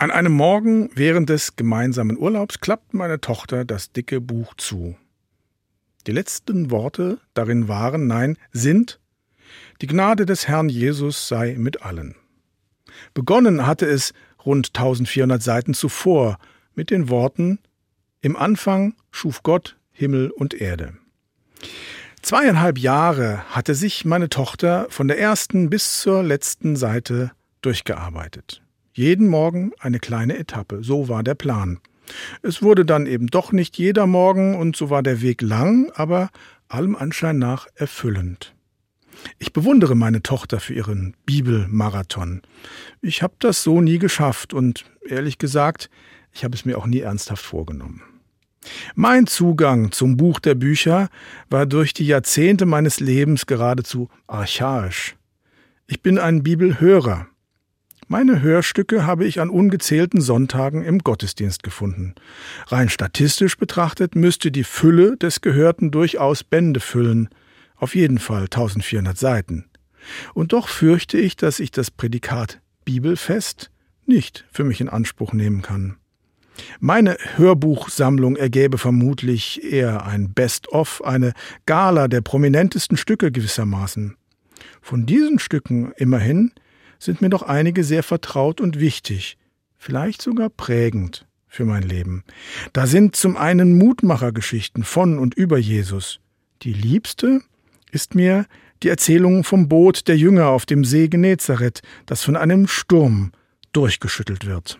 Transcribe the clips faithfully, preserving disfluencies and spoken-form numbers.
An einem Morgen während des gemeinsamen Urlaubs klappt meine Tochter das dicke Buch zu. Die letzten Worte darin waren, nein, sind: Die Gnade des Herrn Jesus sei mit allen. Begonnen hatte es rund eintausendvierhundert Seiten zuvor mit den Worten: Im Anfang schuf Gott Himmel und Erde. Zweieinhalb Jahre hatte sich meine Tochter von der ersten bis zur letzten Seite durchgearbeitet. Jeden Morgen eine kleine Etappe, so war der Plan. Es wurde dann eben doch nicht jeder Morgen und so war der Weg lang, aber allem Anschein nach erfüllend. Ich bewundere meine Tochter für ihren Bibelmarathon. Ich habe das so nie geschafft und ehrlich gesagt, ich habe es mir auch nie ernsthaft vorgenommen. Mein Zugang zum Buch der Bücher war durch die Jahrzehnte meines Lebens geradezu archaisch. Ich bin ein Bibelhörer. Meine Hörstücke habe ich an ungezählten Sonntagen im Gottesdienst gefunden. Rein statistisch betrachtet müsste die Fülle des Gehörten durchaus Bände füllen, auf jeden Fall eintausendvierhundert Seiten. Und doch fürchte ich, dass ich das Prädikat Bibelfest nicht für mich in Anspruch nehmen kann. Meine Hörbuchsammlung ergäbe vermutlich eher ein Best-of, eine Gala der prominentesten Stücke gewissermaßen. Von diesen Stücken immerhin sind mir doch einige sehr vertraut und wichtig, vielleicht sogar prägend für mein Leben. Da sind zum einen Mutmachergeschichten von und über Jesus. Die liebste ist mir die Erzählung vom Boot der Jünger auf dem See Genezareth, das von einem Sturm durchgeschüttelt wird.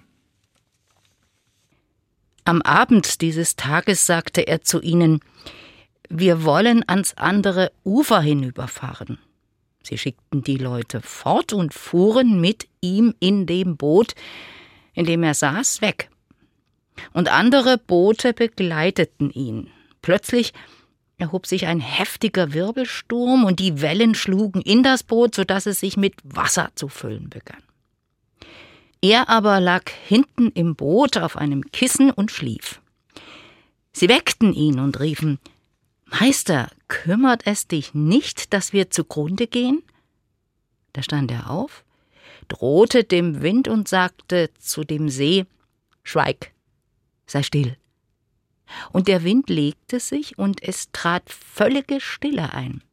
Am Abend dieses Tages sagte er zu ihnen: Wir wollen ans andere Ufer hinüberfahren. Sie schickten die Leute fort und fuhren mit ihm in dem Boot, in dem er saß, weg. Und andere Boote begleiteten ihn. Plötzlich erhob sich ein heftiger Wirbelsturm und die Wellen schlugen in das Boot, sodass es sich mit Wasser zu füllen begann. Er aber lag hinten im Boot auf einem Kissen und schlief. Sie weckten ihn und riefen: »Meister, kümmert es dich nicht, dass wir zugrunde gehen?« Da stand er auf, drohte dem Wind und sagte zu dem See: »Schweig, sei still.« Und der Wind legte sich und es trat völlige Stille ein.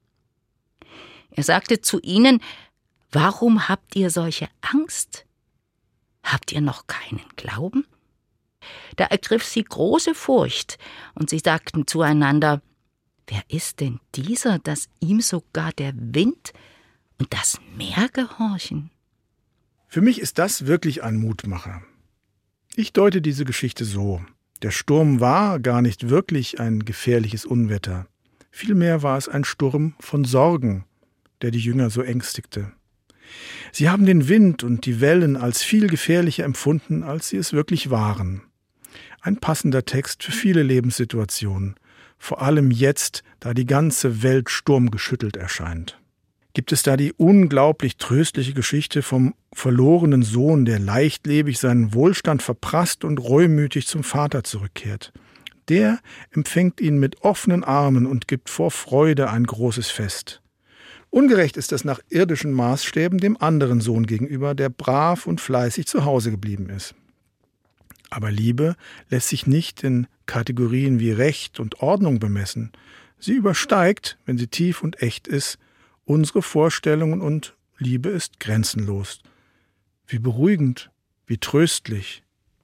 Er sagte zu ihnen: »Warum habt ihr solche Angst? Habt ihr noch keinen Glauben?« Da ergriff sie große Furcht und sie sagten zueinander: »Wer ist denn dieser, dass ihm sogar der Wind und das Meer gehorchen?« Für mich ist das wirklich ein Mutmacher. Ich deute diese Geschichte so: Der Sturm war gar nicht wirklich ein gefährliches Unwetter. Vielmehr war es ein Sturm von Sorgen, der die Jünger so ängstigte. Sie haben den Wind und die Wellen als viel gefährlicher empfunden, als sie es wirklich waren. Ein passender Text für viele Lebenssituationen, vor allem jetzt, da die ganze Welt sturmgeschüttelt erscheint. Gibt es da die unglaublich tröstliche Geschichte vom verlorenen Sohn, der leichtlebig seinen Wohlstand verprasst und reumütig zum Vater zurückkehrt. Der empfängt ihn mit offenen Armen und gibt vor Freude ein großes Fest. Ungerecht ist es nach irdischen Maßstäben dem anderen Sohn gegenüber, der brav und fleißig zu Hause geblieben ist. Aber Liebe lässt sich nicht in Kategorien wie Recht und Ordnung bemessen. Sie übersteigt, wenn sie tief und echt ist, unsere Vorstellungen und Liebe ist grenzenlos. Wie beruhigend, wie tröstlich.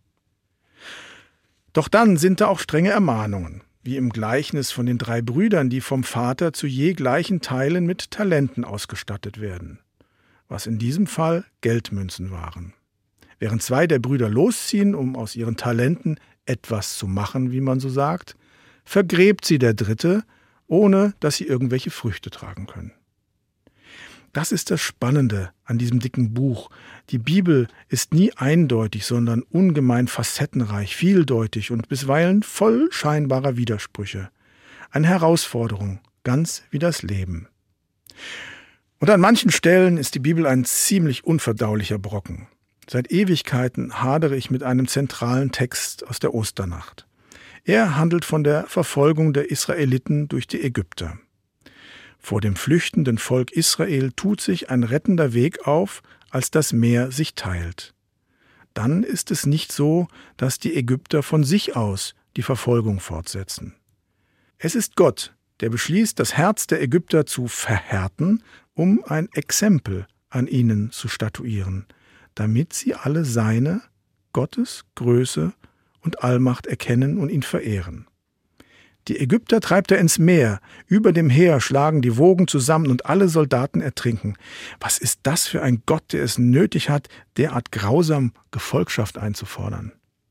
Doch dann sind da auch strenge Ermahnungen, wie im Gleichnis von den drei Brüdern, die vom Vater zu je gleichen Teilen mit Talenten ausgestattet werden, was in diesem Fall Geldmünzen waren. Während zwei der Brüder losziehen, um aus ihren Talenten etwas zu machen, wie man so sagt, vergräbt sie der Dritte, ohne dass sie irgendwelche Früchte tragen können. Das ist das Spannende an diesem dicken Buch. Die Bibel ist nie eindeutig, sondern ungemein facettenreich, vieldeutig und bisweilen voll scheinbarer Widersprüche. Eine Herausforderung, ganz wie das Leben. Und an manchen Stellen ist die Bibel ein ziemlich unverdaulicher Brocken. Seit Ewigkeiten hadere ich mit einem zentralen Text aus der Osternacht. Er handelt von der Verfolgung der Israeliten durch die Ägypter. Vor dem flüchtenden Volk Israel tut sich ein rettender Weg auf, als das Meer sich teilt. dann ist es nicht so, dass die Ägypter von sich aus die Verfolgung fortsetzen. Es ist Gott, der beschließt, das Herz der Ägypter zu verhärten, um ein Exempel an ihnen zu statuieren, damit sie alle seine, Gottes Größe und Allmacht erkennen und ihn verehren. Die Ägypter treibt er ins Meer, über dem Heer schlagen die Wogen zusammen und alle Soldaten ertrinken. Was ist das für ein Gott, der es nötig hat, derart grausam Gefolgschaft einzufordern?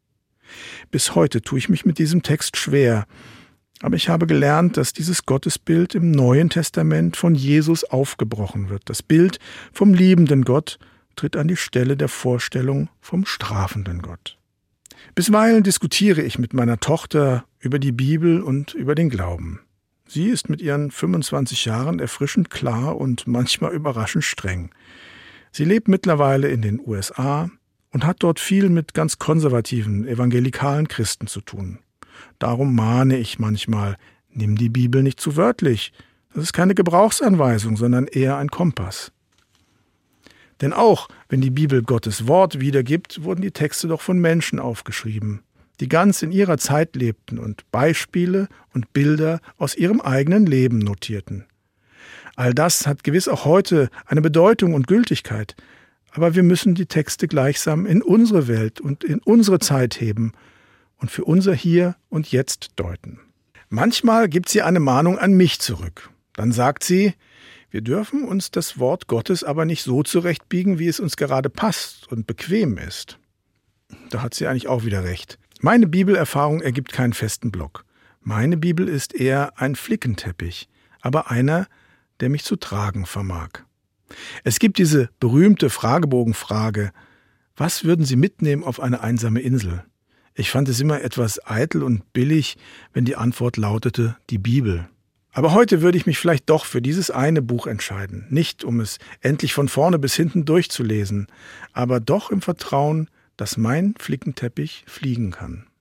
Bis heute tue ich mich mit diesem Text schwer, aber ich habe gelernt, dass dieses Gottesbild im Neuen Testament von Jesus aufgebrochen wird. Das Bild vom liebenden Gott tritt an die Stelle der Vorstellung vom strafenden Gott. Bisweilen diskutiere ich mit meiner Tochter über die Bibel und über den Glauben. Sie ist mit ihren fünfundzwanzig Jahren erfrischend klar und manchmal überraschend streng. Sie lebt mittlerweile in den U S A und hat dort viel mit ganz konservativen, evangelikalen Christen zu tun. Darum mahne ich manchmal, nimm die Bibel nicht zu wörtlich. Das ist keine Gebrauchsanweisung, sondern eher ein Kompass. Denn auch wenn die Bibel Gottes Wort wiedergibt, wurden die Texte doch von Menschen aufgeschrieben, die ganz in ihrer Zeit lebten und Beispiele und Bilder aus ihrem eigenen Leben notierten. All das hat gewiss auch heute eine Bedeutung und Gültigkeit, aber wir müssen die Texte gleichsam in unsere Welt und in unsere Zeit heben und für unser Hier und Jetzt deuten. Manchmal gibt sie eine Mahnung an mich zurück. Dann sagt sie, wir dürfen uns das Wort Gottes aber nicht so zurechtbiegen, wie es uns gerade passt und bequem ist. Da hat sie eigentlich auch wieder recht. Meine Bibelerfahrung ergibt keinen festen Block. Meine Bibel ist eher ein Flickenteppich, aber einer, der mich zu tragen vermag. Es gibt diese berühmte Fragebogenfrage, was würden Sie mitnehmen auf eine einsame Insel? Ich fand es immer etwas eitel und billig, wenn die Antwort lautete, die Bibel. Aber heute würde ich mich vielleicht doch für dieses eine Buch entscheiden. Nicht, um es endlich von vorne bis hinten durchzulesen, aber doch im Vertrauen, dass mein Flickenteppich fliegen kann.